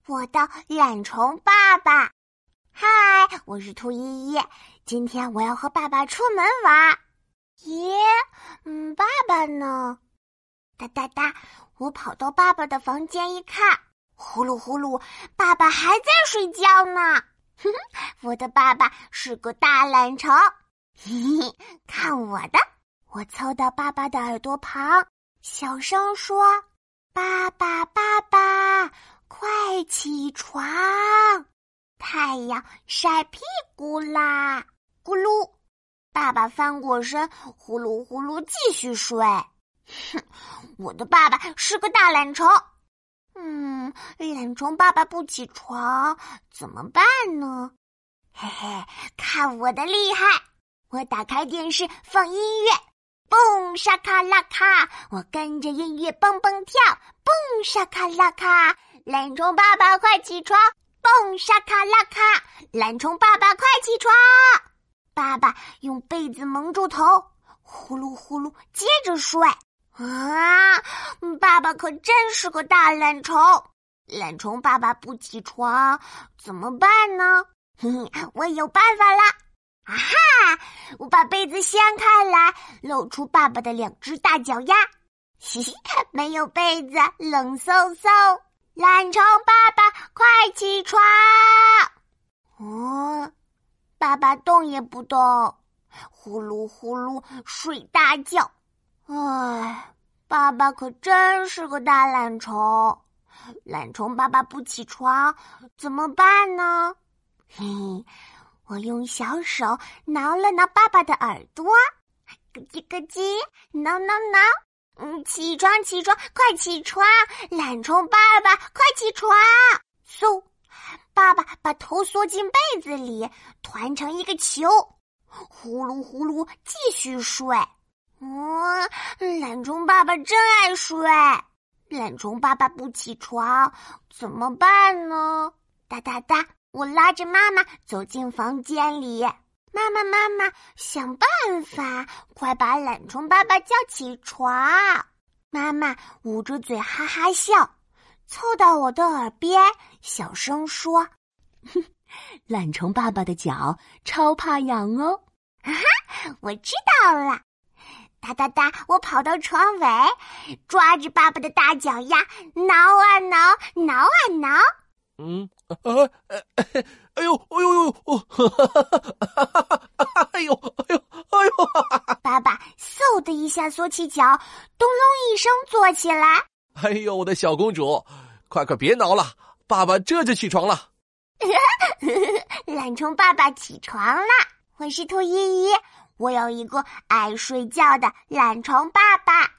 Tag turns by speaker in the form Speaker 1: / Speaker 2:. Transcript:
Speaker 1: 我的懒虫爸爸。嗨，我是兔依依，今天我要和爸爸出门玩。咦，爸爸呢？哒哒哒，我跑到爸爸的房间一看，呼噜呼噜，爸爸还在睡觉呢。哼哼，我的爸爸是个大懒虫。嘿嘿，看我的！我凑到爸爸的耳朵旁，小声说：“爸爸，爸爸，快起床！太阳晒屁股啦！”咕噜，爸爸翻过身，呼噜呼噜继续睡。哼，我的爸爸是个大懒虫。懒虫爸爸不起床怎么办呢？嘿嘿，看我的厉害！我打开电视放音乐，蹦沙卡拉卡，我跟着音乐蹦蹦跳，蹦沙卡拉卡，懒虫爸爸快起床，蹦沙卡拉卡，懒虫爸爸快起床！爸爸用被子蒙住头，呼噜呼噜接着睡。爸爸可真是个大懒虫。懒虫爸爸不起床怎么办呢？我有办法啦！啊哈！我把被子掀开来，露出爸爸的2只大脚丫。嘻嘻，没有被子，冷飕飕。懒虫爸爸，快起床！爸爸动也不动，呼噜呼噜睡大觉。爸爸可真是个大懒虫。懒虫爸爸不起床怎么办呢？我用小手挠了挠爸爸的耳朵，咯叽咯叽，挠挠挠。起床起床，快起床！懒虫爸爸快起床！嗖，爸爸把头缩进被子里，团成一个球，呼噜呼噜继续睡。懒虫爸爸真爱睡。懒虫爸爸不起床怎么办呢？哒哒哒，我拉着妈妈走进房间里。妈妈妈妈，想办法，快把懒虫爸爸叫起床！妈妈捂着嘴哈哈笑，凑到我的耳边小声说：“
Speaker 2: 懒虫爸爸的脚超怕痒哦。”
Speaker 1: 我知道了。哒哒哒，我跑到床尾，抓着爸爸的大脚丫，挠啊挠，挠啊挠。
Speaker 3: 哎呦，哎呦！
Speaker 1: 爸爸嗖的一下缩起脚，咚隆一声坐起来。
Speaker 3: 哎呦，我的小公主，快别挠了，爸爸这就起床了。
Speaker 1: 懒虫爸爸起床了，我是兔依依，我有一个爱睡觉的懒虫爸爸。